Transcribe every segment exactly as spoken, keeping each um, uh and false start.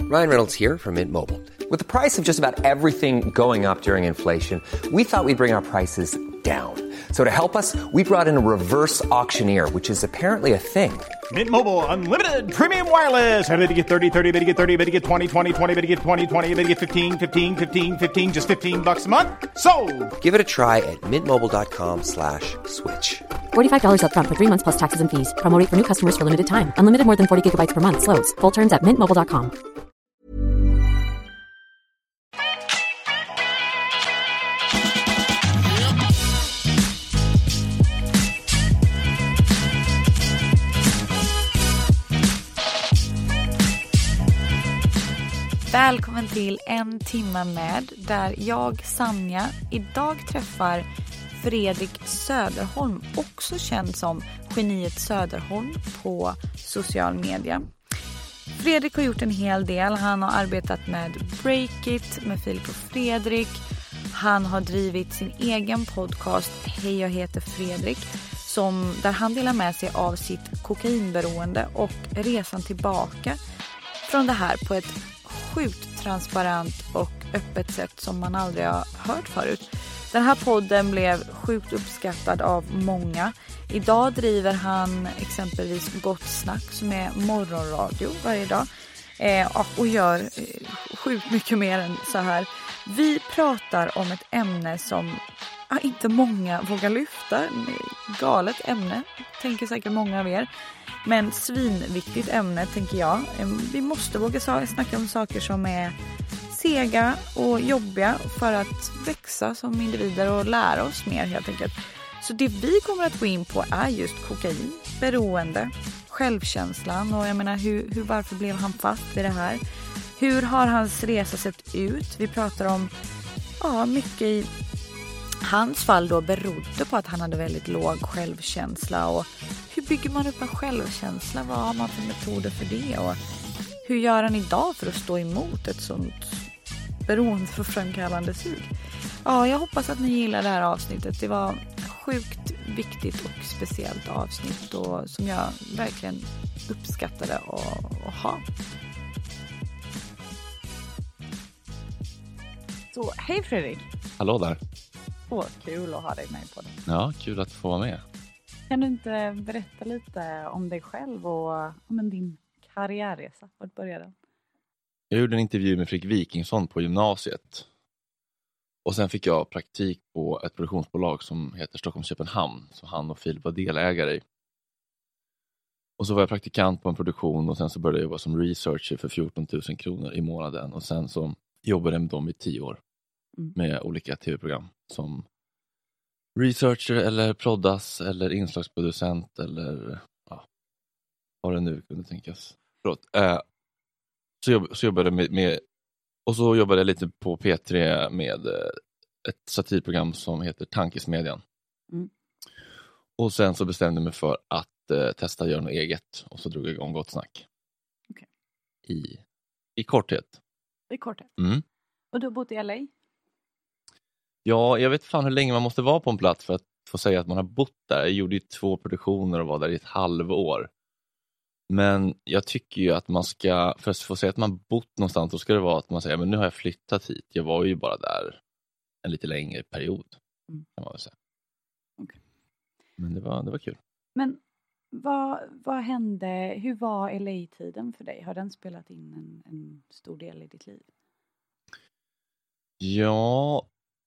Ryan Reynolds here from Mint Mobile. With the price of just about everything going up during inflation, we thought we'd bring our prices down. So to help us, we brought in a reverse auctioneer, which is apparently a thing. Mint Mobile Unlimited Premium Wireless. How to get thirty, thirty, how to get thirty, how to get twenty, twenty, twenty, how to get twenty, twenty, how to get fifteen, fifteen, fifteen, fifteen, just fifteen bucks a month? Sold! Give it a try at mintmobile.com slash switch. forty-five dollars up front for three months plus taxes and fees. Promo rate for new customers for limited time. Unlimited more than forty gigabytes per month. Slows full terms at mint mobile dot com. Välkommen till En timma med, där jag, Sanja, idag träffar Fredrik Söderholm, också känd som Geniet Söderholm på social media. Fredrik har gjort en hel del. Han har arbetat med Breakit, med Filip och Fredrik. Han har drivit sin egen podcast Hej, jag heter Fredrik, som, där han delar med sig av sitt kokainberoende och resan tillbaka från det här på ett sjukt transparent och öppet sätt som man aldrig har hört förut. Den här podden blev sjukt uppskattad av många. Idag driver han exempelvis Gott snack som är morgonradio varje dag. Eh, och gör eh, sjukt mycket mer än så här. Vi pratar om ett ämne som ah, inte många vågar lyfta. Galet ämne, tänker säkert många av er. Men svinviktigt ämne, tänker jag. Vi måste våga snacka om saker som är sega och jobbiga för att växa som individer och lära oss mer, helt enkelt. Så det vi kommer att gå in på är just kokain, beroende, självkänslan och jag menar hur, hur varför blev han fast vid det här? Hur har hans resa sett ut? Vi pratar om ja, mycket i hans fall då berodde på att han hade väldigt låg självkänsla. Och hur bygger man upp en självkänsla? Vad har man för metoder för det? Och hur gör han idag för att stå emot ett sånt beroende för framkallande sug? Ja, jag hoppas att ni gillar det här avsnittet. Det var sjukt viktigt och speciellt avsnitt och som jag verkligen uppskattade att, att ha. Så, hej Fredrik! Hallå där! Åh, kul att ha dig med på det. Ja, kul att få vara med. Kan du inte berätta lite om dig själv och om din karriärresa? Vart började den? Jag gjorde en intervju med Fredrik Wikingsson på gymnasiet. Och sen fick jag praktik på ett produktionsbolag som heter Stockholm Köpenhamn. Som han och Filip var delägare i. Och så var jag praktikant på en produktion och sen så började jag jobba som researcher för fjorton tusen kronor i månaden. Och sen så jobbade jag med dem i tio år. Mm. Med olika tv-program som researcher eller proddas eller inslagsproducent eller ja, vad det nu kunde tänkas. Förlåt. Eh, så, jobb, så jobbade jag med, med och så jobbade jag lite på P tre med eh, ett satirprogram som heter Tankesmedjan. Mm. Och sen så bestämde jag mig för att eh, testa att göra något eget och så drog jag igång Gott snack. Okay. I, I korthet. I korthet. Mm. Och du har bott i L A? Ja, jag vet fan hur länge man måste vara på en plats för att få säga att man har bott där. Jag gjorde ju två produktioner och var där i ett halvår. Men jag tycker ju att man ska, för att få säga att man bott någonstans, då ska det vara att man säger, men nu har jag flyttat hit. Jag var ju bara där en lite längre period, mm. kan man väl säga. Okay. Men det var, det var kul. Men vad, vad hände, hur var L A-tiden för dig? Har den spelat in en, en stor del i ditt liv? Ja...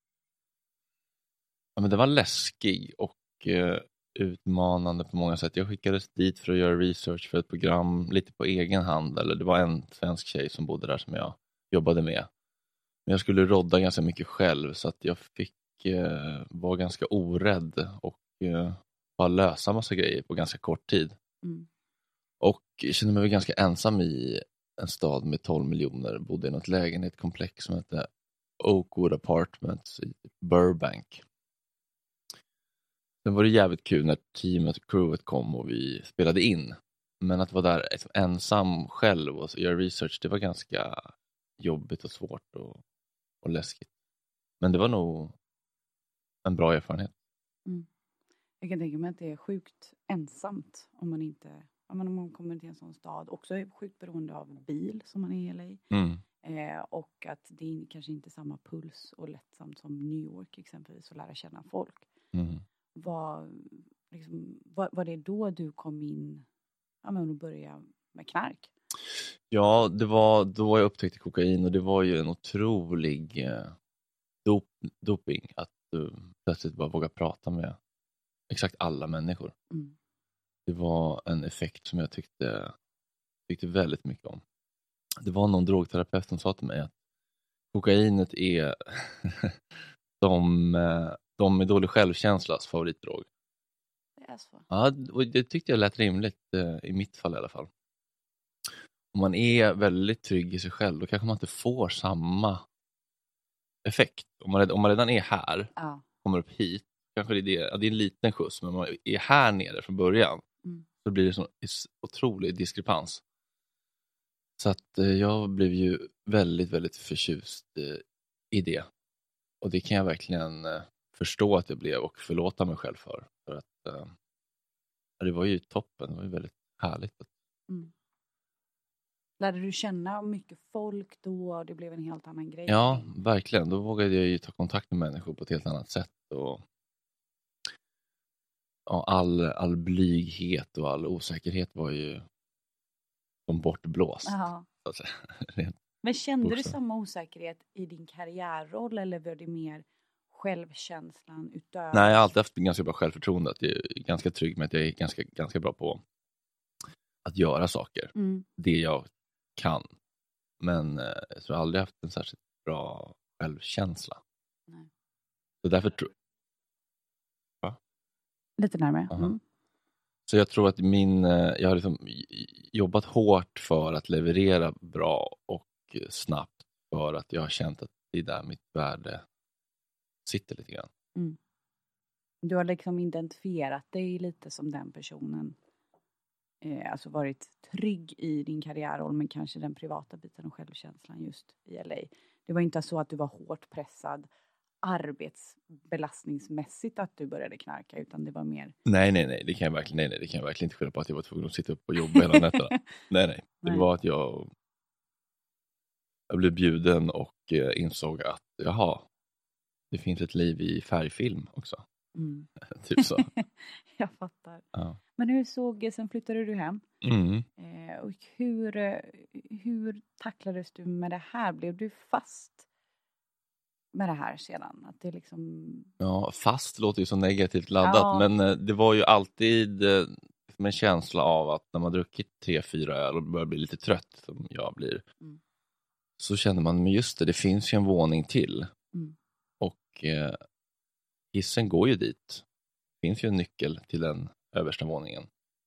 Ja, men det var läskig och eh, utmanande på många sätt. Jag skickades dit för att göra research för ett program lite på egen hand. Eller det var en svensk tjej som bodde där som jag jobbade med. Men jag skulle rodda ganska mycket själv så att jag fick eh, vara ganska orädd och eh, bara lösa massa grejer på ganska kort tid. Mm. Och jag kände mig ganska ensam i en stad med tolv miljoner. Bodde i något lägenhetskomplex som hette Oakwood Apartments i Burbank. Sen var det jävligt kul när teamet och crewet kom och vi spelade in. Men att vara där liksom ensam själv och göra research, det var ganska jobbigt och svårt och, och läskigt. Men det var nog en bra erfarenhet. Mm. Jag kan tänka mig att det är sjukt ensamt om man inte ja, men om man kommer till en sån stad, också är sjukt beroende av bil som man är i L A. Mm. Eh, och att det är kanske inte samma puls och lättsamt som New York exempelvis att lära känna folk. Mm. Var, liksom, var, var det då du kom in, ja, men och började med knark? Ja, det var då jag upptäckte kokain och det var ju en otrolig eh, dop, doping att du plötsligt bara våga prata med exakt alla människor. Mm. Det var en effekt som jag tyckte, tyckte väldigt mycket om. Det var någon drogterapeut som sa till mig att kokainet är de, de med dålig självkänslas favoritdrog. Det är så. Ja, och det tyckte jag lät rimligt i mitt fall i alla fall. Om man är väldigt trygg i sig själv, då kanske man inte får samma effekt. Om man, om man redan är här, ja. kommer upp hit, kanske det är, det, ja, det är en liten skjuts, men om man är här nere från början, mm. så blir det en otrolig diskrepans. Så att eh, jag blev ju väldigt, väldigt förtjust eh, i det. Och det kan jag verkligen eh, förstå att jag blev och förlåta mig själv för. För att eh, det var ju toppen, det var ju väldigt härligt. Mm. Lärde du känna mycket folk då och det blev en helt annan grej? Ja, verkligen. Då vågade jag ju ta kontakt med människor på ett helt annat sätt. Och ja, all, all blyghet och all osäkerhet var ju som bortblåst. Ja. Så att säga. Men kände bokstav. du samma osäkerhet i din karriärroll eller var det mer självkänslan utöver? Nej, jag har alltid haft ganska bra självförtroende. Att jag är ganska trygg med att jag är ganska, ganska bra på att göra saker. Mm. Det jag kan. Men eh, jag tror aldrig haft en särskilt bra självkänsla. Nej. Så därför tror Va? Lite närmare. Uh-huh. Mm. Så jag tror att min, eh, jag har liksom jobbat hårt för att leverera bra och snabbt. För att jag har känt att det är där mitt värde sitter lite grann. Mm. Du har liksom identifierat dig lite som den personen. Eh, alltså varit trygg i din karriärroll men kanske den privata biten och självkänslan just i L A. Det var inte så att du var hårt pressad arbetsbelastningsmässigt att du började knarka utan det var mer... Nej, nej, nej. Det kan jag verkligen, nej, nej, det kan jag verkligen inte skylla på att jag var tvungen att sitta upp och jobba hela nätterna. nej, nej. Det nej. var att jag jag blev bjuden och eh, insåg att jaha, det finns ett liv i färgfilm också. Mm. typ så. Jag fattar. Ja. Men hur såg, sen flyttade du hem. Mm. Eh, och hur, hur tacklades du med det här? Blev du fast med det här sedan? Att det liksom... Ja, fast låter ju så negativt laddat. Ja. Men eh, det var ju alltid eh, en känsla av att när man druckit tre, fyra öl och börjar bli lite trött som jag blir. Mm. Så känner man, men just det, det finns ju en våning till. Mm. Och eh, hissen går ju dit. Det finns ju en nyckel till den översta våningen.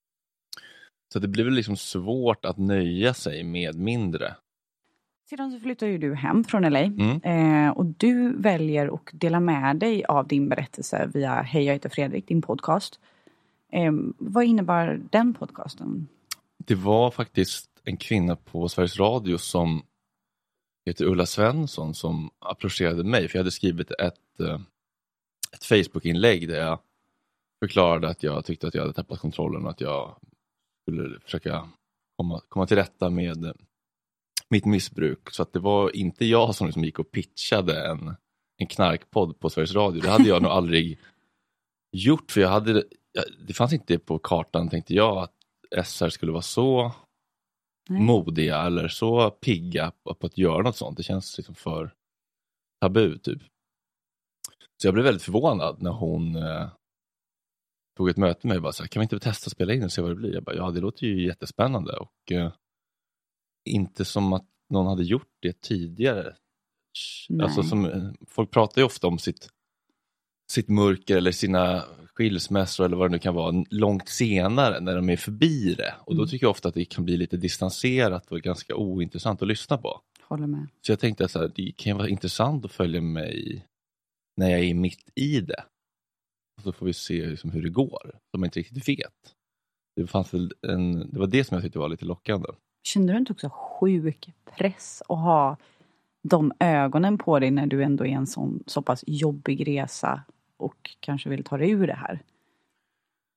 Så det blir väl liksom svårt att nöja sig med mindre. Sedan så flyttar ju du hem från L A. Mm. Eh, och du väljer att dela med dig av din berättelse via Hej, jag heter Fredrik, din podcast. Eh, vad innebar den podcasten? Det var faktiskt en kvinna på Sveriges Radio som heter Ulla Svensson som approcherade mig. För jag hade skrivit ett, ett Facebook-inlägg där jag förklarade att jag tyckte att jag hade tappat kontrollen och att jag skulle försöka komma, komma till rätta med mitt missbruk. Så att det var inte jag som liksom gick och pitchade en, en knarkpodd på Sveriges Radio. Det hade jag nog aldrig gjort. För jag hade, det fanns inte på kartan, tänkte jag, att S R skulle vara så Nej. modiga eller så pigga på, på att göra något sånt. Det känns liksom för tabu typ. Så jag blev väldigt förvånad när hon eh, tog ett möte med mig och bara så här, kan vi inte testa spela in och se vad det blir? Jag bara, ja, det låter ju jättespännande och eh, inte som att någon hade gjort det tidigare. Nej. Alltså som, folk pratar ju ofta om sitt, sitt mörker eller sina skilsmässor eller vad det nu kan vara långt senare när de är förbi det. Och mm. då tycker jag ofta att det kan bli lite distanserat och ganska ointressant att lyssna på. Håller med. Så jag tänkte att så här, det kan vara intressant att följa mig när jag är mitt i det. Och så får vi se liksom hur det går. Som man inte riktigt vet. Det, fanns väl en, det var det som jag tyckte var lite lockande. Kände du inte också sjuk press att ha de ögonen på dig när du ändå är en sån, så pass jobbig resa och kanske vill ta dig ur det här?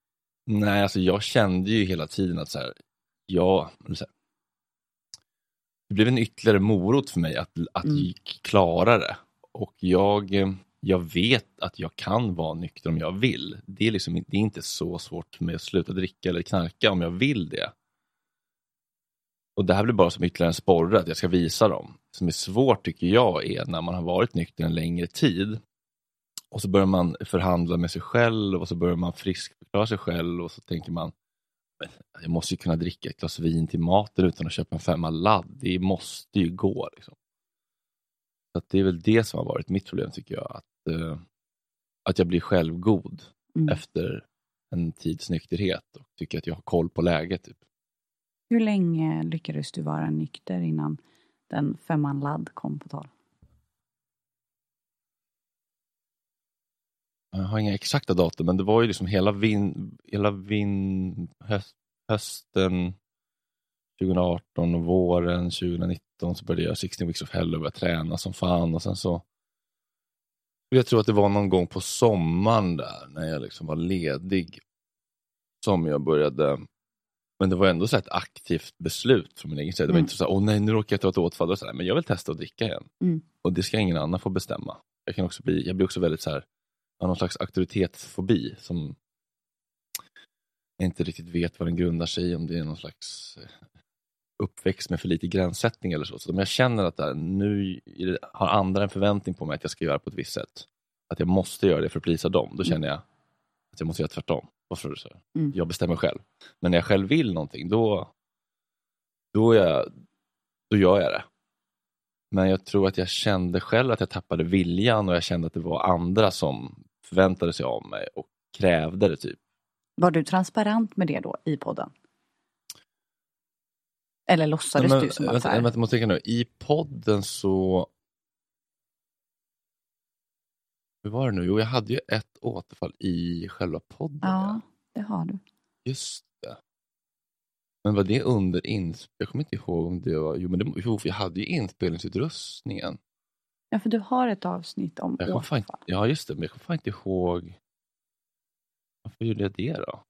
Nej, alltså jag kände ju hela tiden att så här, ja, så här, det blev en ytterligare morot för mig att, att Mm. klara det. Och jag, jag vet att jag kan vara nykter om jag vill. Det är, liksom, det är inte så svårt för mig att sluta dricka eller knarka om jag vill det. Och det här blir bara som ytterligare en sporre att jag ska visa dem. Det som är svårt tycker jag är när man har varit nykter en längre tid. Och så börjar man förhandla med sig själv och så börjar man friskförklara sig själv och så tänker man jag måste ju kunna dricka ett glas vin till maten utan att köpa en femma ladd. Det måste ju gå liksom. Så att det är väl det som har varit mitt problem tycker jag. Att, uh, att jag blir självgod Mm. efter en tids nykterhet och tycker att jag har koll på läget. Typ. Hur länge lyckades du vara nykter innan den femman ladd kom på tal? Jag har inga exakta datum, men det var ju liksom hela vin, hela vin höst, hösten tjugo arton och våren tjugo nitton så började jag sexton weeks of hell och började träna som fan och sen så jag tror att det var någon gång på sommaren där när jag liksom var ledig som jag började, men det var ändå så ett aktivt beslut från min egen sida. Det var Mm. inte så här, åh nej nu råkar jag ta ett återfall och så här, men jag vill testa att dricka igen. Mm. Och det ska ingen annan få bestämma. Jag kan också bli, jag blir också väldigt så här har någon slags auktoritetsfobi som jag inte riktigt vet vad den grundar sig i, om det är någon slags uppväxt med för lite gränssättning eller så. Så om jag känner att där, nu har andra en förväntning på mig att jag ska göra på ett visst sätt, att jag måste göra det för att plisa dem, då känner jag att jag måste göra tvärtom. Varför så? Mm. Jag bestämmer själv. Men när jag själv vill någonting, då då, är jag, då gör jag det. Men jag tror att jag kände själv att jag tappade viljan och jag kände att det var andra som förväntade sig av mig och krävde det typ. Var du transparent med det då i podden? Eller låtsades men, du som att vänta, så här... vänta, måste tänka nu. I podden så... Hur var det nu? Jo, jag hade ju ett återfall i själva podden. Ja, det har du. Just det. Men var det under inspelning? Jag kommer inte ihåg om det var... Jo, men det... jo, jag hade ju inspelningsutrustningen. Ja, för du har ett avsnitt om Jag kom fan... återfall. Ja, just det. Men jag kommer fan inte ihåg... Varför gjorde jag det då?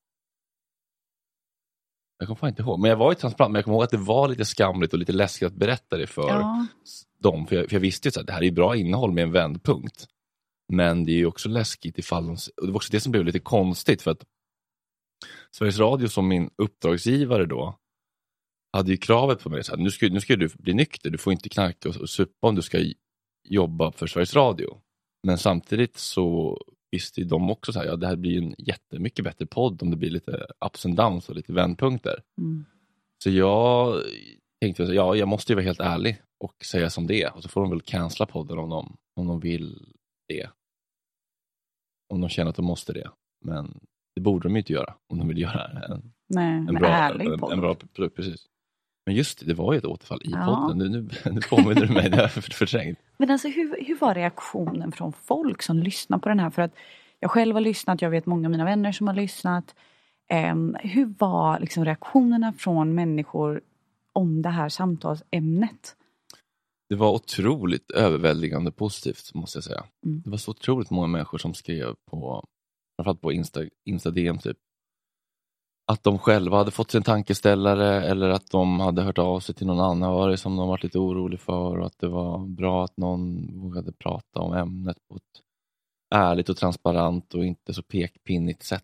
Jag kommer fan inte ihåg. Men jag var ju transparent. Men jag kommer ihåg att det var lite skamligt och lite läskigt att berätta det för Ja. dem. För jag, för jag visste ju att det här är bra innehåll med en vändpunkt. Men det är ju också läskigt ifall de... Och det var också det som blev lite konstigt. För att Sveriges Radio som min uppdragsgivare då hade ju kravet på mig. Så här, nu, ska, nu ska du bli nykter. Du får inte knarka och, och supa om du ska jobba för Sveriges Radio. Men samtidigt så visste de också så här, ja det här blir ju en jättemycket bättre podd om det blir lite ups and downs och lite vändpunkter. Mm. Så jag tänkte, ja jag måste ju vara helt ärlig och säga som det är. Och så får de väl cancella podden om de, om de vill det. Om de känner att de måste det. Men det borde de ju inte göra om de vill göra en, Nej, en, men bra, ärlig en, podd. en bra produkt. Precis. Men just det, det var ju ett återfall i Ja. podden. Nu, nu, nu påminner du mig, det har jag förträngt. Men alltså hur, hur var reaktionen från folk som lyssnar på den här? För att jag själv har lyssnat, jag vet många av mina vänner som har lyssnat. Um, hur var liksom reaktionerna från människor om det här samtalsämnet? Det var otroligt överväldigande positivt måste jag säga. Mm. Det var så otroligt många människor som skrev på, framförallt på Insta, Insta D M typ. Att de själva hade fått sin tankeställare eller att de hade hört av sig till någon annan som de varit lite orolig för och att det var bra att någon vågade prata om ämnet på ett ärligt och transparent och inte så pekpinnigt sätt.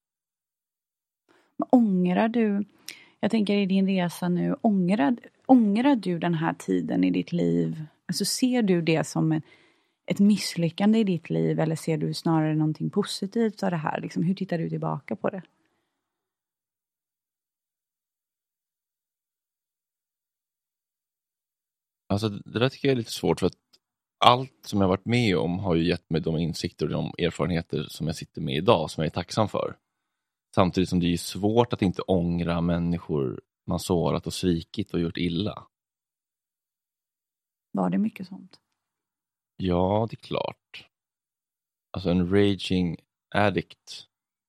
Men ångrar du, jag tänker i din resa nu, ångrar, ångrar du den här tiden i ditt liv? Alltså ser du det som en, ett misslyckande i ditt liv eller ser du snarare någonting positivt av det här? Liksom, hur tittar du tillbaka på det? Alltså det där tycker jag är lite svårt för att allt som jag varit med om har ju gett mig de insikter och de erfarenheter som jag sitter med idag som jag är tacksam för. Samtidigt som det är svårt att inte ångra människor man sårat och svikit och gjort illa. Var det mycket sånt? Ja, det är klart. Alltså en raging addict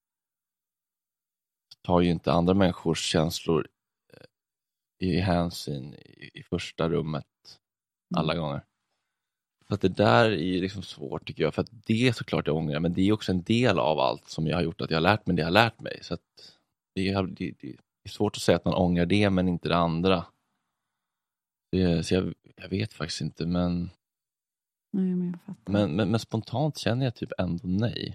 tar ju inte andra människors känslor i hänsyn i, i första rummet alla gånger. Så att det där är liksom svårt tycker jag. För att det är såklart jag ångrar. Men det är också en del av allt som jag har gjort. Att jag har lärt mig det jag har lärt mig. Så att det är, det, det är svårt att säga att man ångrar det men inte det andra. Det, så jag, jag vet faktiskt inte. Men, Nej, men, jag fattar. men, men, men spontant känner jag typ ändå nej.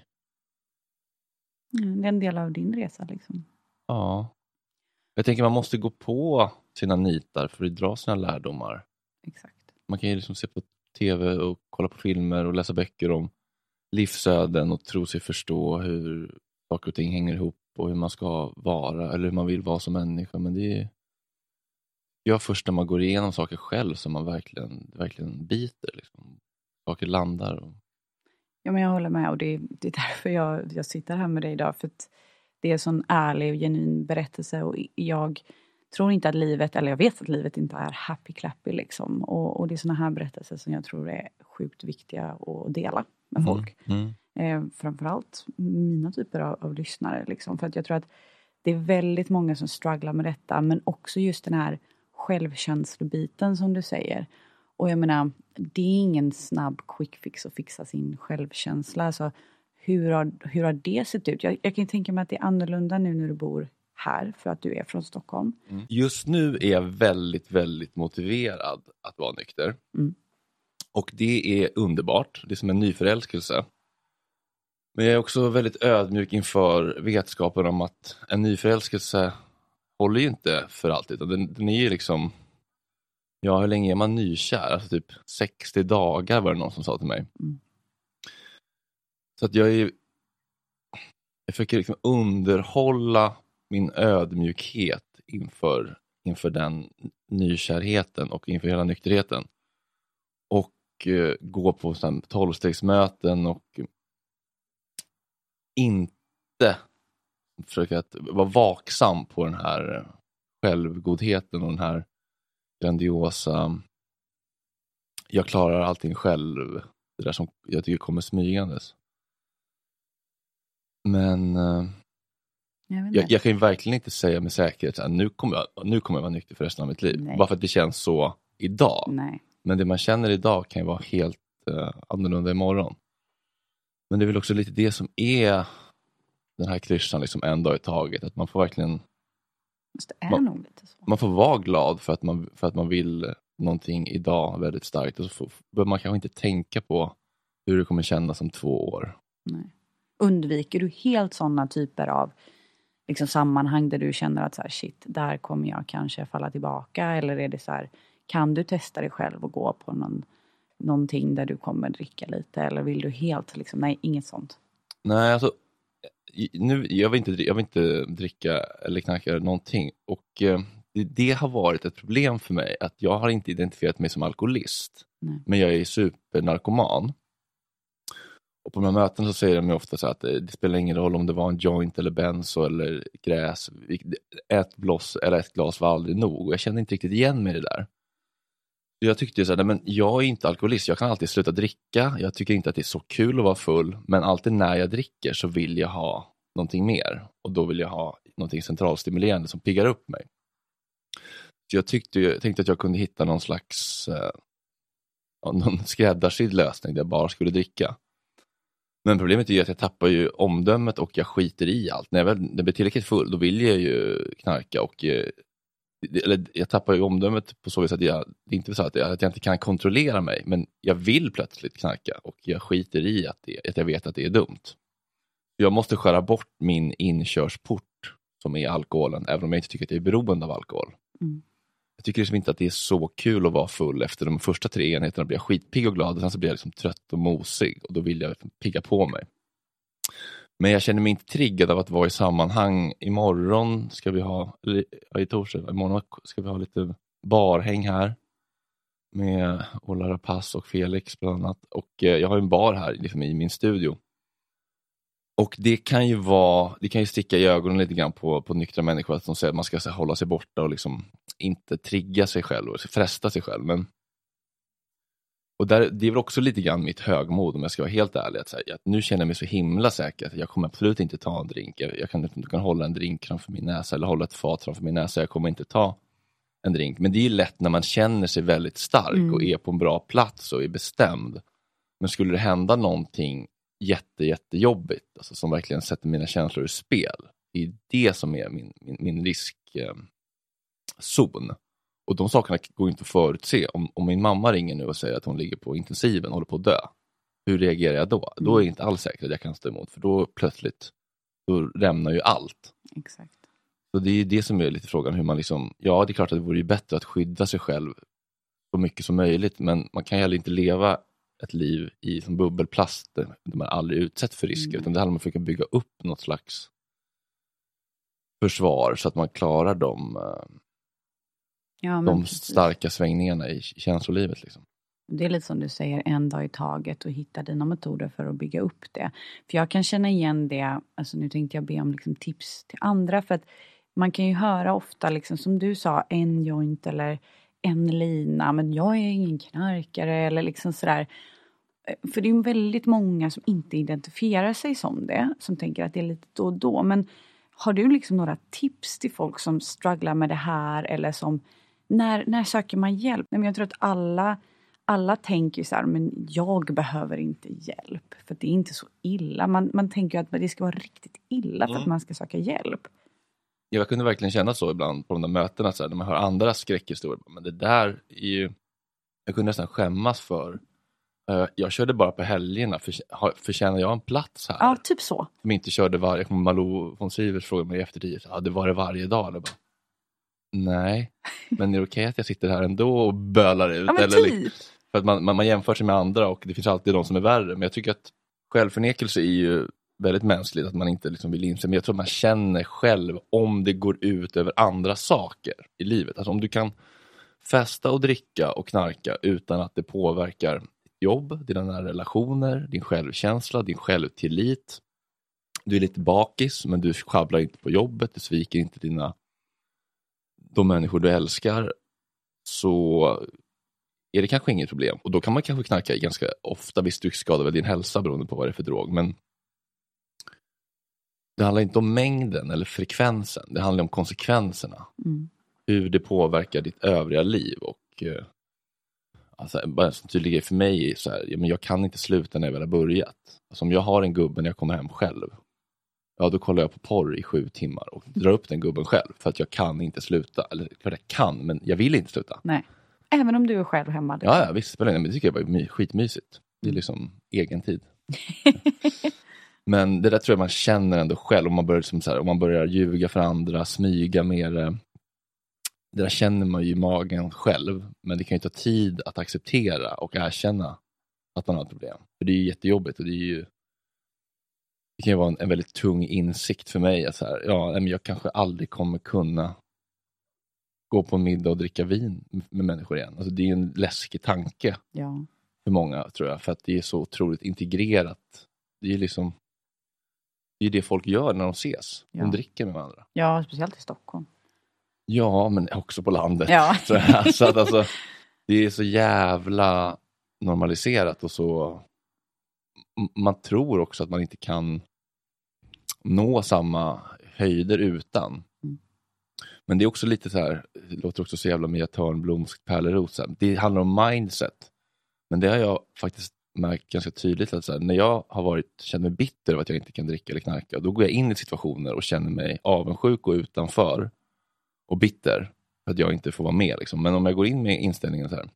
Mm, det är en del av din resa liksom. Ja. Jag tänker man måste gå på sina nitar för att dra sina lärdomar. Exakt. Man kan ju liksom se på tv och kolla på filmer och läsa böcker om livsöden och tro sig förstå hur saker och ting hänger ihop och hur man ska vara eller hur man vill vara som människa. Men det är jag först när man går igenom saker själv som man verkligen, verkligen biter. Liksom. Saker landar. Och... Ja, men jag håller med och det, det är därför jag, jag sitter här med dig idag. För att det är en sån ärlig och genuin berättelse och jag tror inte att livet, eller jag vet att livet inte är happy clappy liksom. Och, och det är såna här berättelser som jag tror är sjukt viktiga att dela med Mm. folk. Mm. Eh, framförallt mina typer av, av lyssnare liksom. För att jag tror att det är väldigt många som strugglar med detta. Men också just den här självkänslobiten som du säger. Och jag menar, det är ingen snabb quick fix att fixa sin självkänsla. Alltså, hur har, hur har det sett ut? Jag, jag kan tänka mig att det är annorlunda nu när du bor här för att du är från Stockholm. Mm. Just nu är jag väldigt, väldigt motiverad att vara nykter. Mm. Och det är underbart. Det är som en nyförälskelse. Men jag är också väldigt ödmjuk inför vetskapen om att en nyförälskelse håller ju inte för alltid. Den, den är ju liksom... Ja, hur länge är man nykär? Alltså typ sextio dagar var det någon som sa till mig. Mm. Så att jag är... Jag försöker liksom underhålla min ödmjukhet inför, inför den nykärheten och inför hela nykterheten. Och eh, gå på tolvstegsmöten och inte försöka att vara vaksam på den här självgodheten och den här grandiosa jag klarar allting själv, det där som jag tycker kommer smygandes. Men eh, Jag, jag, jag kan ju verkligen inte säga med säkerhet att nu kommer jag, nu kommer jag vara nykter för resten av mitt liv. Nej. Bara för att det känns så idag. Nej. Men det man känner idag kan ju vara helt eh, annorlunda imorgon. Men det är väl också lite det som är den här klyschan liksom en dag i taget. Att man får verkligen... Det är man, nog lite så. Man får vara glad för att man, för att man vill någonting idag väldigt starkt. Och så får, behöver man kanske inte tänka på hur det kommer kännas om två år. Nej. Undviker du helt sådana typer av liksom, sammanhang där du känner att så här, shit, där kommer jag kanske falla tillbaka? Eller är det så här, kan du testa dig själv och gå på någon, någonting där du kommer dricka lite? Eller vill du helt, liksom, nej, inget sånt? Nej, alltså nu, jag, vill inte, jag vill inte dricka eller knacka någonting. Och eh, det, det har varit ett problem för mig. Att jag har inte identifierat mig som alkoholist. Nej. Men jag är supernarkoman. Och på de här möten så säger de ju ofta så att det, det spelar ingen roll om det var en joint eller benzo eller gräs. Ett bloss eller ett glas var aldrig nog. Och jag kände inte riktigt igen mig i det där. Så jag tyckte ju så här, nej, men jag är inte alkoholist. Jag kan alltid sluta dricka. Jag tycker inte att det är så kul att vara full. Men alltid när jag dricker så vill jag ha någonting mer. Och då vill jag ha någonting centralstimulerande som piggar upp mig. Så jag tyckte, jag tänkte att jag kunde hitta någon slags eh, någon skräddarsydd lösning där jag bara skulle dricka. Men problemet är ju att jag tappar ju omdömet och jag skiter i allt. När jag, väl, när jag blir tillräckligt full, då vill jag ju knarka. Och, eller, jag tappar ju omdömet på så vis att jag, det är inte så att jag, att jag inte kan kontrollera mig. Men jag vill plötsligt knarka och jag skiter i att, det, att jag vet att det är dumt. Jag måste skära bort min inkörsport som är alkoholen. Även om jag inte tycker att jag är beroende av alkohol. Mm. Jag tycker liksom inte att det är så kul att vara full. Efter de första tre enheterna blir jag skitpigg och glad. Och sen så blir jag liksom trött och mosig. Och då vill jag pigga på mig. Men jag känner mig inte triggad av att vara i sammanhang. Imorgon ska vi ha, eller i torsdag, imorgon ska vi ha lite barhäng här. Med Ola Rapace och Felix bland annat. Och eh, jag har en bar här liksom, i min studio. Och det kan ju vara, det kan ju sticka i ögonen lite grann på, på nyktra människor. Att de säger att man ska så, hålla sig borta och liksom inte trigga sig själv och fresta sig själv. Men, och där, det är väl också lite grann mitt högmod om jag ska vara helt ärlig. Att, säga, att nu känner jag mig så himla säker att jag kommer absolut inte ta en drink. Jag, jag kan inte kan hålla en drink framför min näsa eller hålla ett fat framför min näsa. Jag kommer inte ta en drink. Men det är ju lätt när man känner sig väldigt stark Mm. och är på en bra plats och är bestämd. Men skulle det hända någonting jätte, jättejobbigt, alltså som verkligen sätter mina känslor i spel, det är det som är min, min, min riskzon. Eh, och de sakerna går inte att förutse. Om, om min mamma ringer nu och säger att hon ligger på intensiven och håller på att dö, hur reagerar jag då? Mm. Då är det inte alls säkert att jag kan stå emot, för då plötsligt då rämnar ju allt. Exakt. Så det är det som är lite frågan, hur man liksom, ja det är klart att det vore ju bättre att skydda sig själv så mycket som möjligt, men man kan ju heller inte leva ett liv i som bubbelplast där man aldrig utsätts för risker, mm. utan det handlar om att försöka bygga upp något slags försvar så att man klarar de, ja, de starka svängningarna i känslolivet liksom. Det är lite som du säger, en dag i taget och hitta dina metoder för att bygga upp det. För jag kan känna igen det, alltså nu tänkte jag be om liksom tips till andra, för att man kan ju höra ofta liksom som du sa, en joint eller en lina, men jag är ingen knarkare eller liksom sådär. För det är ju väldigt många som inte identifierar sig som det, som tänker att det är lite då och då. Men har du liksom några tips till folk som strugglar med det här, eller som, när, när söker man hjälp? Men jag tror att alla... Alla tänker ju så här, men jag behöver inte hjälp. För det är inte så illa. Man, man tänker ju att det ska vara riktigt illa för mm. att man ska söka hjälp. Jag kunde verkligen känna så ibland på de där mötena. Så här, när man hör andra skräckhistorier. Men det där är ju... Jag kunde nästan skämmas för. Uh, jag körde bara på helgerna. För, förtjänar jag en plats här? Ja, typ så. Som inte körde varje... Malou von Sivers frågade mig efter tio. Ja, det var det varje dag. Eller bara, nej, men är det okej att jag sitter här ändå och bölar ut? Ja, men eller typ. För att man, man, man jämför sig med andra och det finns alltid de som är värre. Men jag tycker att självförnekelse är ju väldigt mänskligt, att man inte liksom vill inse. Men jag tror att man känner själv om det går ut över andra saker i livet. Alltså om du kan festa och dricka och knarka utan att det påverkar ditt jobb, dina relationer, din självkänsla, din självtillit. Du är lite bakis, men du sjabblar inte på jobbet, du sviker inte dina de människor du älskar, så är det kanske inget problem. Och då kan man kanske knarka ganska ofta. Visst, du skadar väl din hälsa beroende på vad det är för drog. Men det handlar inte om mängden eller frekvensen. Det handlar om konsekvenserna. Mm. Hur det påverkar ditt övriga liv. Och eh, alltså, bara en tydlig grej för mig är så här, ja, men jag kan inte sluta när jag väl har börjat. Alltså, om jag har en gubbe när jag kommer hem själv, ja, då kollar jag på porr i sju timmar och drar upp den gubben själv. För att jag kan inte sluta. Eller för jag kan, men jag vill inte sluta. Nej. Även om du är själv hemma. Ja, ja, visst spelar det. Men det tycker jag var my- skitmysigt. Det är liksom egen tid. Men det där tror jag man känner ändå själv. Om man börjar, liksom så här, om man börjar ljuga för andra, smyga mer. Det där känner man ju i magen själv. Men det kan ju ta tid att acceptera och erkänna att man har ett problem. För det är ju jättejobbigt och det är ju... Det kan ju vara en, en väldigt tung insikt för mig. Att så här, ja, men jag kanske aldrig kommer kunna gå på en middag och dricka vin med människor igen. Alltså det är ju en läskig tanke ja. för många, tror jag. För att det är så otroligt integrerat. Det är ju liksom... Det är det folk gör när de ses. Ja. De dricker med varandra. Ja, speciellt i Stockholm. Ja, men också på landet. Ja. Så, så att alltså, det är så jävla normaliserat och så... Man tror också att man inte kan nå samma höjder utan. Mm. Men det är också lite så här, det låter också så jävla Mia Törnblomskt pärlerosa. Det handlar om mindset. Men det har jag faktiskt märkt ganska tydligt att så här, när jag har varit, känt mig bitter över att jag inte kan dricka eller knarka, då går jag in i situationer och känner mig avundsjuk och utanför och bitter för att jag inte får vara med liksom. Men om jag går in med inställningen så här,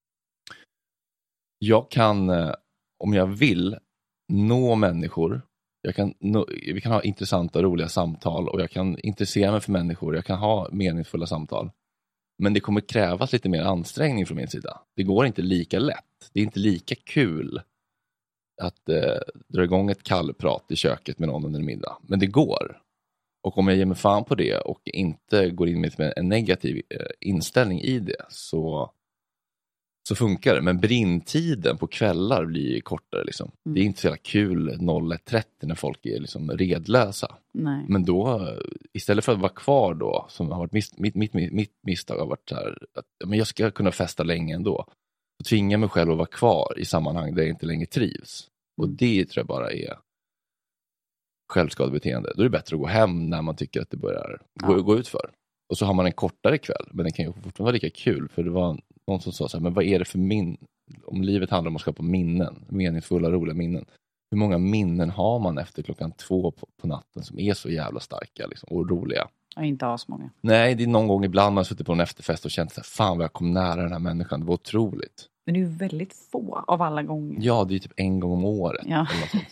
jag kan, om jag vill, nå människor. Jag kan nå, vi kan ha intressanta och roliga samtal och jag kan intressera mig för människor. Jag kan ha meningsfulla samtal. Men det kommer krävas lite mer ansträngning från min sida. Det går inte lika lätt. Det är inte lika kul att eh, dra igång ett kallprat i köket med någon under en middag. Men det går. Och om jag ger mig fan på det och inte går in med en negativ eh, inställning i det, så så funkar det. Men brintiden på kvällar blir kortare liksom. Mm. Det är inte så jävla kul noll ett trettio när folk är liksom redlösa. Nej. Men då, istället för att vara kvar då, som har varit mis- mitt, mitt, mitt, mitt misstag har varit så här, att men jag ska kunna festa länge ändå. Så tvingar jag mig själv att vara kvar i sammanhang där jag inte längre trivs. Mm. Och det tror jag bara är självskadebeteende. Då är det bättre att gå hem när man tycker att det börjar ja. gå, gå ut för. Och så har man en kortare kväll, men den kan ju fortfarande vara lika kul. För det var någon som sa så här, men vad är det för min... Om livet handlar om att skapa minnen, meningsfulla, roliga minnen. Hur många minnen har man efter klockan två på, på natten som är så jävla starka liksom, och roliga? Ja, inte alls många. Nej, det är någon gång ibland man suttit på en efterfest och känt så här, fan vad jag kom nära den här människan, det var otroligt. Men det är ju väldigt få av alla gånger. Ja, det är typ en gång om året. Ja.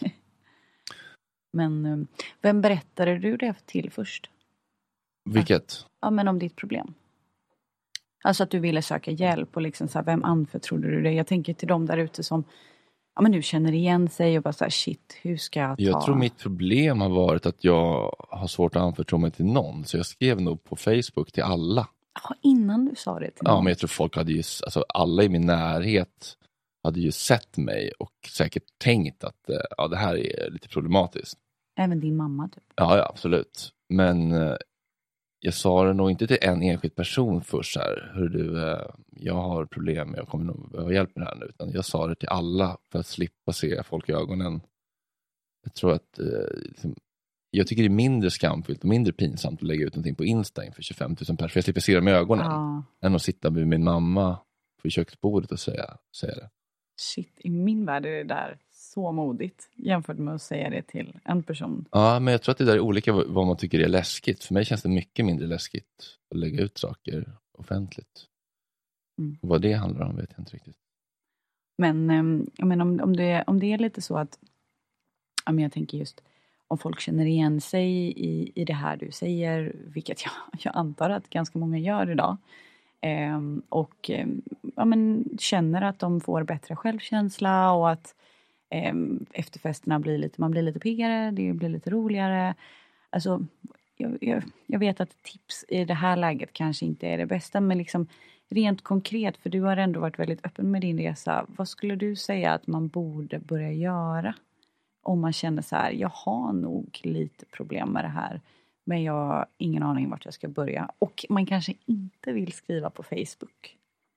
Men vem berättade du det till först? Vilket? Ja, men om ditt problem. Alltså att du ville söka hjälp och liksom så här, vem anförtrodde du det? Jag tänker till dem där ute som ja, men nu känner igen sig och bara så här, shit, hur ska jag ta? Jag tror mitt problem har varit att jag har svårt att anförtro mig till någon. Så jag skrev nog på Facebook till alla. Ja, innan du sa det till någon. Ja, men jag tror folk hade ju, alltså alla i min närhet hade ju sett mig och säkert tänkt att ja, det här är lite problematiskt. Även din mamma typ? Ja, ja absolut. Men eh, jag sa det nog inte till en enskild person först så här, hur du, eh, jag har problem, jag kommer nog behöva hjälp med det här nu. Utan jag sa det till alla för att slippa se folk i ögonen. Jag tror att eh, liksom, jag tycker det är mindre skamfyllt och mindre pinsamt att lägga ut någonting på Insta inför tjugofem tusen personer. För jag slipper se dem i ögonen. Ja. Än att sitta med min mamma på köksbordet och säga, säga det. Shit, i min värld är det där så modigt jämfört med att säga det till en person. Ja, men jag tror att det där är olika vad man tycker är läskigt. För mig känns det mycket mindre läskigt att lägga ut saker offentligt. Mm. Och vad det handlar om vet jag inte riktigt. Men, jag menar, om, om, det, om det är lite så att ja, men jag tänker just om folk känner igen sig i, i det här du säger, vilket jag, jag antar att ganska många gör idag. Eh, och eh, ja, men känner att de får bättre självkänsla och att eh, efterfesterna blir lite, man blir lite piggare, det blir lite roligare. Alltså, jag, jag, jag vet att tips i det här läget kanske inte är det bästa, men liksom rent konkret, för du har ändå varit väldigt öppen med din resa. Vad skulle du säga att man borde börja göra? Om man känner så här, jag har nog lite problem med det här. Men jag har ingen aning vart jag ska börja. Och man kanske inte vill skriva på Facebook.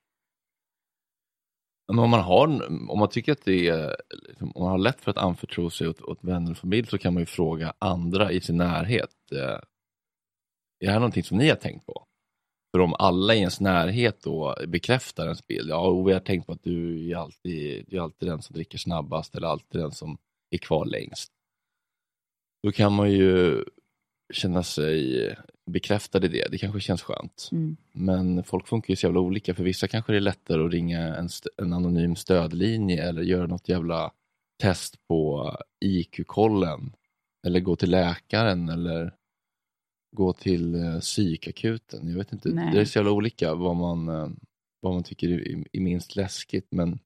Men om man har, om man tycker att det är, om man har lätt för att anförtro sig åt, åt vänner och familj, så kan man ju fråga andra i sin närhet. Är det här någonting som ni har tänkt på? För om alla i ens närhet då bekräftar ens bild. Ja, och vi har tänkt på att du är alltid, du är alltid den som dricker snabbast. Eller alltid den som är kvar längst. Då kan man ju känna sig bekräftad i det. Det kanske känns skönt. Mm. Men folk funkar ju så jävla olika. För vissa kanske det är lättare att ringa en, st- en anonym stödlinje. Eller göra något jävla test på I Q-kollen. Eller gå till läkaren. Eller gå till eh, psykakuten. Jag vet inte. Nej. Det är så jävla olika vad man, eh, vad man tycker är, är minst läskigt. Men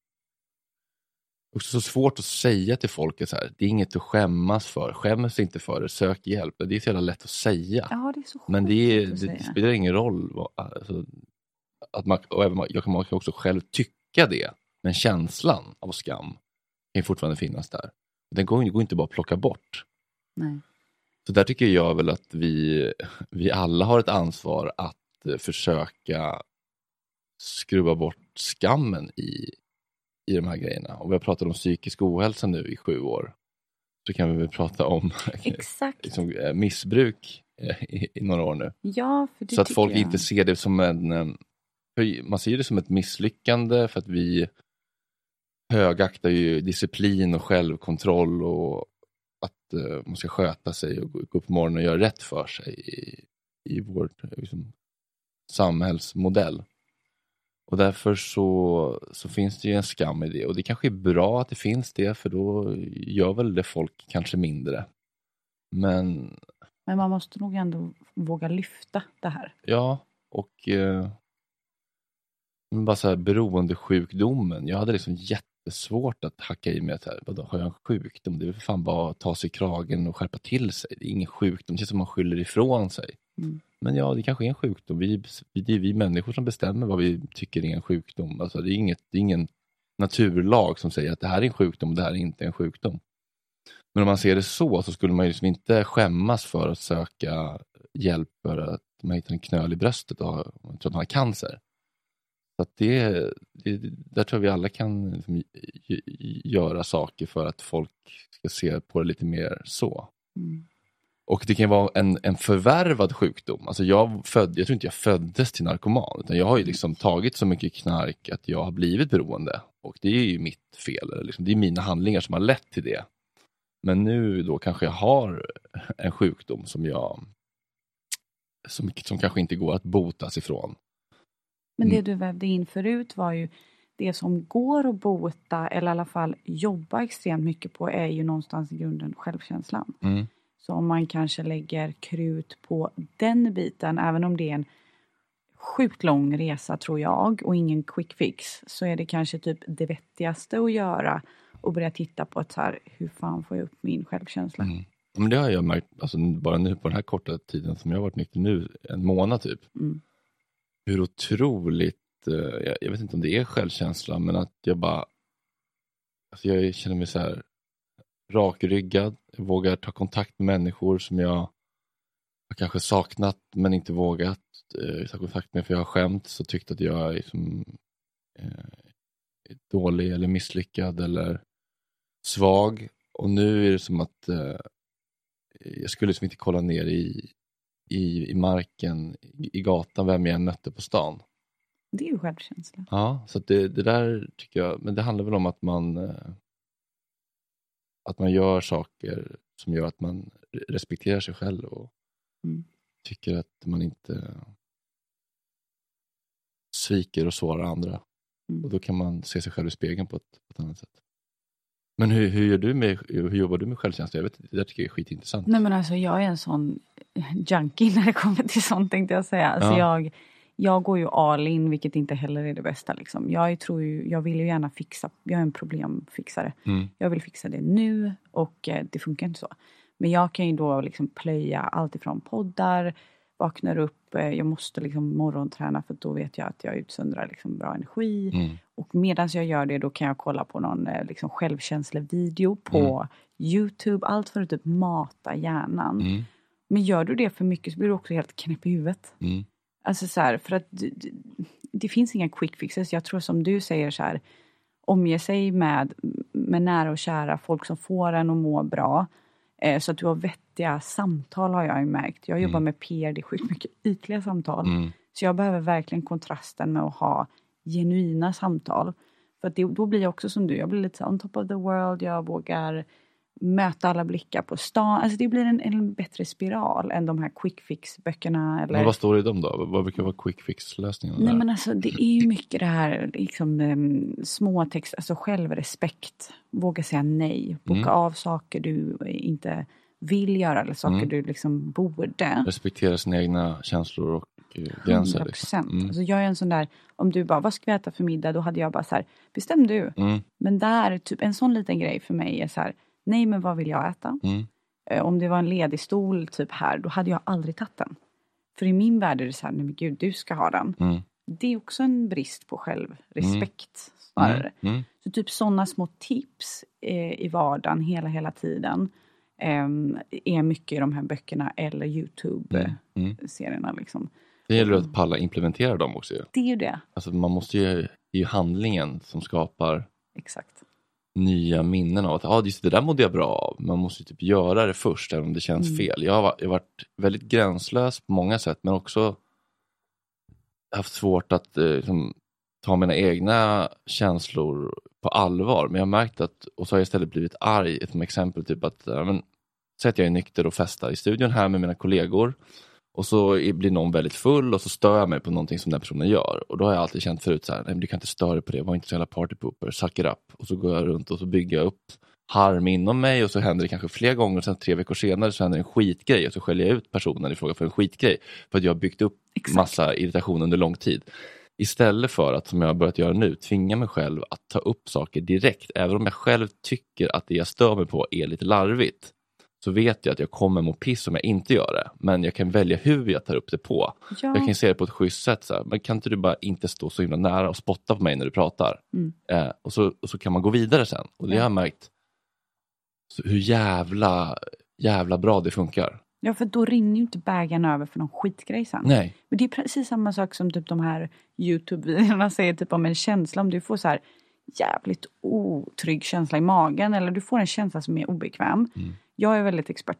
också så svårt att säga till folk så här, det är inget att skämmas för. Skämmas inte för det, sök hjälp. Det är så jävla lätt att säga. Ja, det är så sjukt. Men det, är, det, det spelar ingen roll. Alltså, att man, och även, jag kan också själv tycka det. Men känslan av skam kan ju fortfarande finnas där. Den går, går inte bara att plocka bort. Nej. Så där tycker jag väl att vi, vi alla har ett ansvar att försöka skruva bort skammen i i de här grejerna. Och vi har pratat om psykisk ohälsa nu i sju år. Så kan vi väl prata om Exakt. liksom, missbruk i, i några år nu. Ja, för det så att folk jag. inte ser det som en... Man ser det som ett misslyckande för att vi högaktar ju disciplin och självkontroll och att uh, man ska sköta sig och gå upp på morgonen och göra rätt för sig i, i vår liksom, samhällsmodell. Och därför så, så finns det ju en skam i det. Och det kanske är bra att det finns det. För då gör väl det folk kanske mindre. Men... Men man måste nog ändå våga lyfta det här. Ja, och... Eh, bara så här beroendesjukdomen. Jag hade liksom jättesvårt att hacka i mig att här, vadå, har jag en sjukdom? Det är väl fan bara att ta sig i kragen och skärpa till sig. Det är ingen sjukdom. Det känns som man skyller ifrån sig. Mm. Men ja, det kanske är en sjukdom. Vi, det är vi människor som bestämmer vad vi tycker är en sjukdom. Alltså, det är, inget, det är ingen naturlag som säger att det här är en sjukdom och det här är inte en sjukdom. Men om man ser det så så skulle man ju liksom inte skämmas för att söka hjälp för att man hittar en knöl i bröstet och man tror att man har cancer. Så att det, det, där tror jag vi alla kan liksom göra saker för att folk ska se på det lite mer så. Mm. Och det kan vara en, en förvärvad sjukdom. Alltså jag, föd, jag tror inte jag föddes till narkoman. Utan jag har ju liksom tagit så mycket knark att jag har blivit beroende. Och det är ju mitt fel. Eller liksom, det är mina handlingar som har lett till det. Men nu då kanske jag har en sjukdom som jag som, som kanske inte går att botas ifrån. Men det du vävde in förut var ju det som går att bota eller i alla fall jobba extremt mycket på är ju någonstans i grunden självkänslan. Mm. Så om man kanske lägger krut på den biten, även om det är en sjukt lång resa tror jag och ingen quick fix, så är det kanske typ det vettigaste att göra och börja titta på att så här, hur fan får jag upp min självkänsla? Mm. Men det har jag märkt alltså, bara nu på den här korta tiden som jag har varit nykter nu, en månad typ. Mm. Hur otroligt, eh, jag, jag vet inte om det är självkänsla, men att jag bara, alltså jag känner mig så här rakryggad. Jag vågar ta kontakt med människor som jag har kanske saknat men inte vågat eh, ta kontakt med för jag har skämt och tyckt att jag är liksom, eh, dålig eller misslyckad eller svag. Och nu är det som att eh, jag skulle liksom inte kolla ner i, i, i marken, i, i gatan, vem jag mötte på stan. Det är ju självkänsla. Ja, så att det, det där tycker jag, men det handlar väl om att man eh, att man gör saker som gör att man respekterar sig själv och mm. tycker att man inte sviker och sårar andra. Mm. Och då kan man se sig själv i spegeln på ett, på ett annat sätt. Men hur, hur, gör du med, hur jobbar du med självkänsla? Jag vet, det där tycker jag är skitintressant. Nej men alltså jag är en sån junkie när det kommer till sånt tänkte jag säga. Alltså ja. jag, jag går ju all in, vilket inte heller är det bästa liksom. Jag tror ju, jag vill ju gärna fixa, jag är en problemfixare. Mm. Jag vill fixa det nu och eh, det funkar inte så. Men jag kan ju då liksom plöja allt ifrån poddar, vaknar upp, eh, jag måste liksom morgonträna för då vet jag att jag utsöndrar liksom bra energi. Mm. Och medan jag gör det då kan jag kolla på någon eh, liksom självkänslevideo på mm. YouTube. Allt för att typ mata hjärnan. Mm. Men gör du det för mycket så blir du också helt knäpp i huvudet. Mm. Alltså så här, för att det, det finns inga quick fixes. Jag tror som du säger så här, omge sig med, med nära och kära folk som får en att må bra. Eh, så att du har vettiga samtal har jag ju märkt. Jag jobbar mm. med P R, det är sjukt mycket ytliga samtal. Mm. Så jag behöver verkligen kontrasten med att ha genuina samtal. För att det, då blir jag också som du, jag blir lite så on top of the world, jag vågar möta alla blickar på stan. Alltså det blir en, en bättre spiral än de här quick fix-böckerna. Eller... Men vad står det i dem då? Vad brukar vara quick fix-lösningen? Nej där? Men alltså det är ju mycket det här liksom um, små text, alltså självrespekt. Våga säga nej. Boka mm. av saker du inte vill göra eller saker mm. du liksom borde. Respektera sina egna känslor och gränser. hundra procent. Liksom. Mm. Alltså jag är en sån där, om du bara, vad ska vi äta för middag? Då hade jag bara så här, bestäm du. Mm. Men där, typ en sån liten grej för mig är så här, nej men vad vill jag äta? Mm. Eh, om det var en ledig stol typ här, då hade jag aldrig tagit den. För i min värld är det så här, nej men gud, du ska ha den. Mm. Det är också en brist på självrespekt mm. snarare. Mm. Mm. Så typ sådana små tips eh, i vardagen hela, hela tiden eh, är mycket i de här böckerna eller YouTube-serierna mm. liksom. Det gäller att palla implementera dem också. Det är ju det. Alltså man måste ju, det är ju handlingen som skapar exakt nya minnen av att ah, just det där mådde jag bra av. Man måste ju typ göra det först även om det känns mm. fel. Jag har, jag har varit väldigt gränslös på många sätt men också haft svårt att eh, liksom, ta mina egna känslor på allvar. Men jag har märkt att, och så har jag istället blivit arg. Ett exempel typ att, ja, men, så att jag är nykter och festar i studion här med mina kollegor. Och så blir någon väldigt full och så stör jag mig på någonting som den personen gör. Och då har jag alltid känt förut så här, nej men du kan inte störa dig på det, var inte så jävla partypooper, suck it up. Och så går jag runt och så bygger jag upp harm inom mig och så händer det kanske fler gånger och sen tre veckor senare så händer en skitgrej och så skäller jag ut personen i fråga för en skitgrej. För att jag har byggt upp exakt massa irritation under lång tid. Istället för att, som jag har börjat göra nu, tvinga mig själv att ta upp saker direkt. Även om jag själv tycker att det jag stör mig på är lite larvigt. Så vet jag att jag kommer må piss om jag inte gör det. Men jag kan välja hur jag tar upp det på. Ja. Jag kan se det på ett schysst sätt. Så här. Men kan inte du bara inte stå så himla nära och spotta på mig när du pratar? Mm. Eh, och, så, och så kan man gå vidare sen. Och det ja. har jag märkt så hur jävla, jävla bra det funkar. Ja, för då rinner ju inte bägaren över för någon skitgrej sen. Nej. Men det är precis samma sak som typ de här YouTube-videorna säger typ om en känsla. Om du får så här jävligt otrygg känsla i magen eller du får en känsla som är obekväm. Mm. Jag är väldigt expert på att bara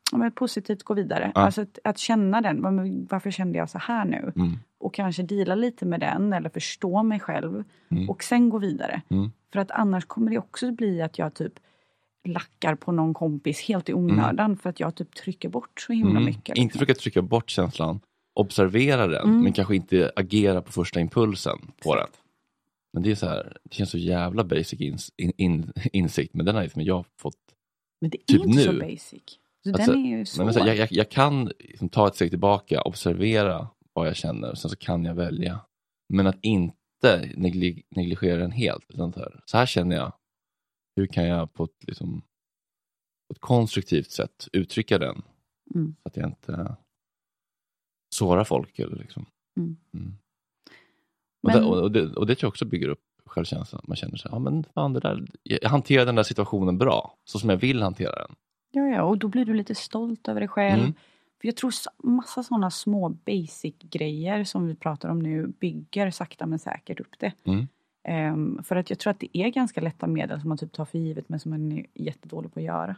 ja, men positivt gå vidare. Ja. Alltså att, att känna den. Varför kände jag så här nu? Mm. Och kanske dela lite med den. Eller förstå mig själv. Mm. Och sen gå vidare. Mm. För att annars kommer det också bli att jag typ lackar på någon kompis helt i onödan. Mm. För att jag typ trycker bort så himla mm. mycket. Liksom. Inte försöka trycka bort känslan. Observera den. Mm. Men kanske inte agera på första impulsen på den. Men det är så här. Det känns så jävla basic ins, in, in, insikt. Men den har liksom jag fått. Men det är typ inte nu. så basic. Så alltså, den är ju svår. Men så här, jag, jag, jag kan liksom ta ett steg tillbaka. Observera vad jag känner. Sen så kan jag välja. Men att inte negli- negligera den helt. Utan så, här, så här känner jag. Hur kan jag på ett, liksom, på ett konstruktivt sätt uttrycka den. Mm. Så att jag inte sårar folk. Eller liksom. Mm. Mm. Och, Men... det, och, det, och det tror jag också bygger upp självkänslan. Man känner sig, ja men fan det där, jag hanterar den där situationen bra. Så som jag vill hantera den. Ja, ja, och då blir du lite stolt över dig själv. Mm. För jag tror massa sådana små basic grejer som vi pratar om nu bygger sakta men säkert upp det. Mm. Um, för att jag tror att det är ganska lätta medel som man typ tar för givet men som man är jättedålig på att göra.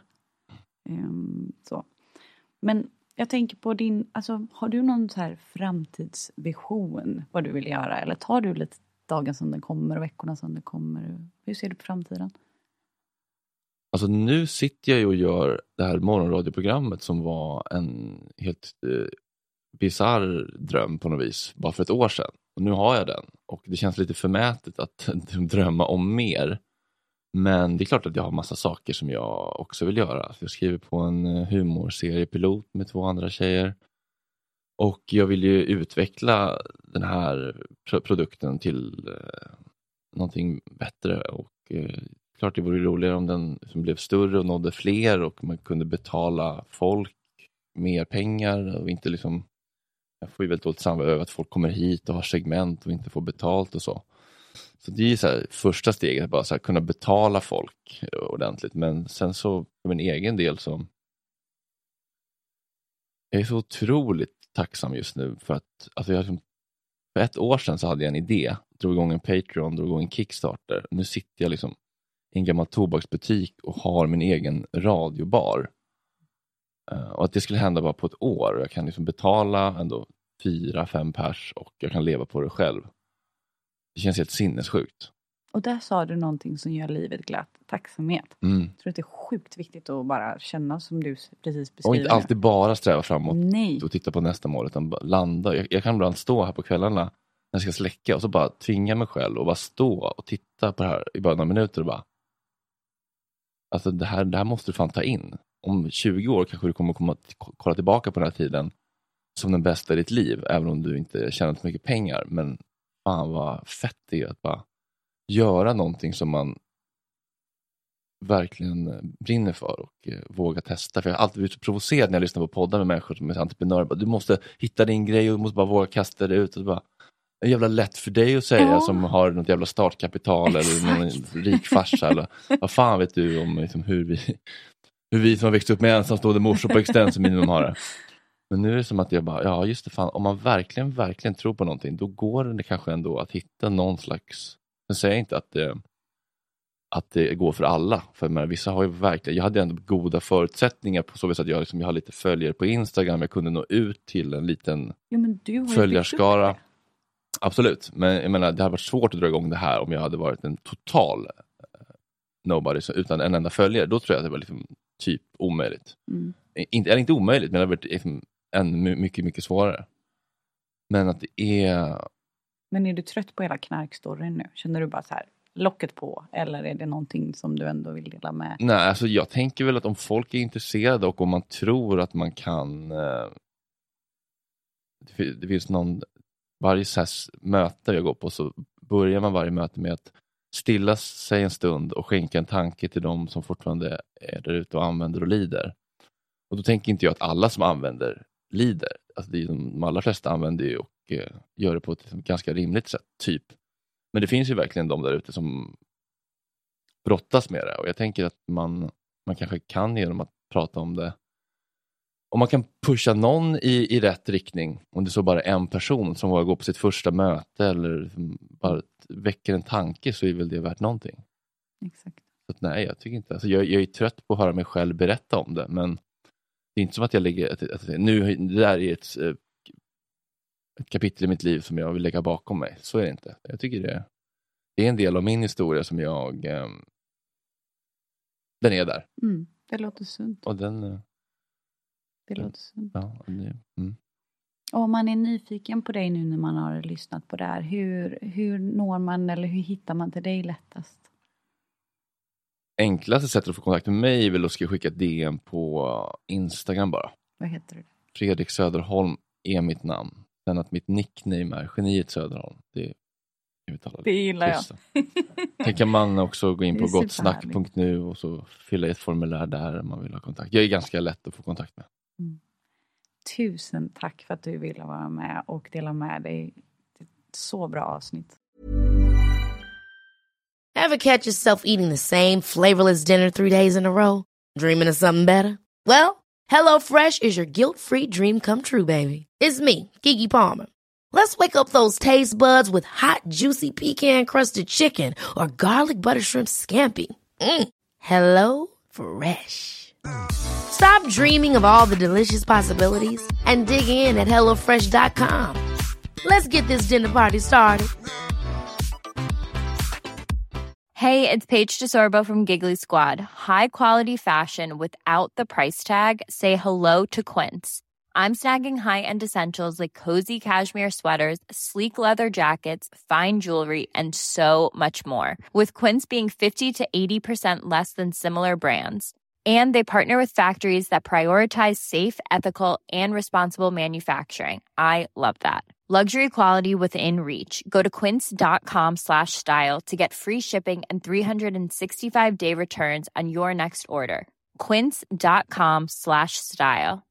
Um, så. Men jag tänker på din, alltså har du någon så här framtidsvision vad du vill göra? Eller tar du lite dagen som den kommer och veckorna som den kommer? Hur ser du på framtiden? Alltså nu sitter jag ju och gör det här morgonradioprogrammet som var en helt eh, bizarr dröm på något vis. Bara för ett år sedan. Och nu har jag den. Och det känns lite förmätet att drömma om mer. Men det är klart att jag har massa saker som jag också vill göra. Jag skriver på en humorseriepilot med två andra tjejer. Och jag vill ju utveckla den här pro- produkten till eh, någonting bättre. Och eh, klart det vore roligare om den som blev större och nådde fler. Och man kunde betala folk mer pengar. Och inte liksom, jag får ju väldigt dåligt samvete över att folk kommer hit och har segment och inte får betalt och så. Så det är så här, första steget att bara så här, kunna betala folk ordentligt. Men sen så för min egen del så jag är så otroligt tacksam just nu för att alltså jag, för ett år sedan så hade jag en idé, drog igång en Patreon, drog igång en Kickstarter. Nu sitter jag liksom i en gammal tobaksbutik och har min egen radiobar. Uh, och att det skulle hända bara på ett år. Jag kan liksom betala ändå fyra, fem pers och jag kan leva på det själv. Det känns helt sinnessjukt. Och där sa du någonting som gör livet glatt. Tacksamhet. Mm. Jag tror att det är sjukt viktigt att bara känna som du precis beskriver. Och inte alltid bara sträva framåt. Nej. Och titta på nästa mål utan bara landa. Jag, jag kan ibland stå här på kvällarna när jag ska släcka och så bara tvinga mig själv och bara stå och titta på det här i bara några minuter och bara alltså det här, det här måste du fan ta in. Om tjugo år kanske du kommer komma t- kolla tillbaka på den här tiden som den bästa i ditt liv, även om du inte tjänar så mycket pengar. Men fan vad fett det är att bara göra någonting som man verkligen brinner för och eh, våga testa. För jag har alltid blivit så provocerad när jag lyssnar på poddar med människor som är entreprenörer. Bara, du måste hitta din grej och du måste bara våga kasta det ut. Och bara, det är jävla lätt för dig att säga ja. Som har något jävla startkapital eller någon rik farsa. Eller, vad fan vet du om liksom, hur, vi, hur vi som har växt upp med ensamstående morsor på extensum minimum har det. Men nu är det som att jag bara, ja just det fan, om man verkligen, verkligen tror på någonting, då går det kanske ändå att hitta någon slags, sen säger jag inte att det, att det går för alla, för men, vissa har ju verkligen, jag hade ändå goda förutsättningar på så vis att jag, liksom, jag har lite följare på Instagram, jag kunde nå ut till en liten ja, men du har ju följarskara. Absolut, men jag menar, det hade varit svårt att dra igång det här om jag hade varit en total uh, nobody utan en enda följare, då tror jag att det var liksom typ omöjligt. Mm. Inte, eller inte omöjligt, men det har varit liksom, än mycket, mycket svårare. Men att det är... Men är du trött på hela knarkstoryn nu? Känner du bara så här, locket på? Eller är det någonting som du ändå vill dela med? Nej, alltså jag tänker väl att om folk är intresserade och om man tror att man kan... Eh, det, det finns någon... Varje så här möte jag går på så börjar man varje möte med att stilla sig en stund och skänka en tanke till de som fortfarande är där ute och använder och lider. Och då tänker inte jag att alla som använder lider. Alltså det är, de allra flesta använder ju och eh, gör det på ett liksom, ganska rimligt sätt, typ. Men det finns ju verkligen de där ute som brottas med det. Och jag tänker att man, man kanske kan genom att prata om det. Om man kan pusha någon i, i rätt riktning. Om det är så bara en person som vågar gå på sitt första möte eller liksom bara väcker en tanke, så är väl det värt någonting. Exakt. Så att, nej, jag tycker inte. Alltså, jag, jag är trött på att höra mig själv berätta om det. Men Det är inte som att jag lägger, att, att, att nu, det där är ett, ett kapitel i mitt liv som jag vill lägga bakom mig. Så är det inte. Jag tycker det, det är en del av min historia som jag, um, den är där. Mm, det låter sunt. Och den, det den, låter sunt. Ja, det, mm. Och om man är nyfiken på dig nu när man har lyssnat på det här, hur, hur når man eller hur hittar man till dig lättast? Enklaste sättet att få kontakt med mig är väl att skicka ett D M på Instagram bara. Vad heter du? Fredrik Söderholm är mitt namn. Sen att mitt nickname är Geniet Söderholm. Det, det gillar jag. Sen kan man också gå in på gottsnack punkt nu och så fylla i ett formulär där man vill ha kontakt. Jag är ganska lätt att få kontakt med. Mm. Tusen tack för att du ville vara med och dela med dig. Det är ett så bra avsnitt. Ever catch yourself eating the same flavorless dinner three days in a row? Dreaming of something better? Well, HelloFresh is your guilt-free dream come true, baby. It's me, Keke Palmer. Let's wake up those taste buds with hot, juicy pecan-crusted chicken or garlic butter shrimp scampi. Mm. Hello Fresh. Stop dreaming of all the delicious possibilities and dig in at hello fresh dot com. Let's get this dinner party started. Hey, it's Paige DeSorbo from Giggly Squad. High quality fashion without the price tag. Say hello to Quince. I'm snagging high-end essentials like cozy cashmere sweaters, sleek leather jackets, fine jewelry, and so much more. With Quince being fifty to eighty percent less than similar brands. And they partner with factories that prioritize safe, ethical, and responsible manufacturing. I love that. Luxury quality within reach. Go to quince.com slash style to get free shipping and three sixty-five day returns on your next order. Quince.com slash style.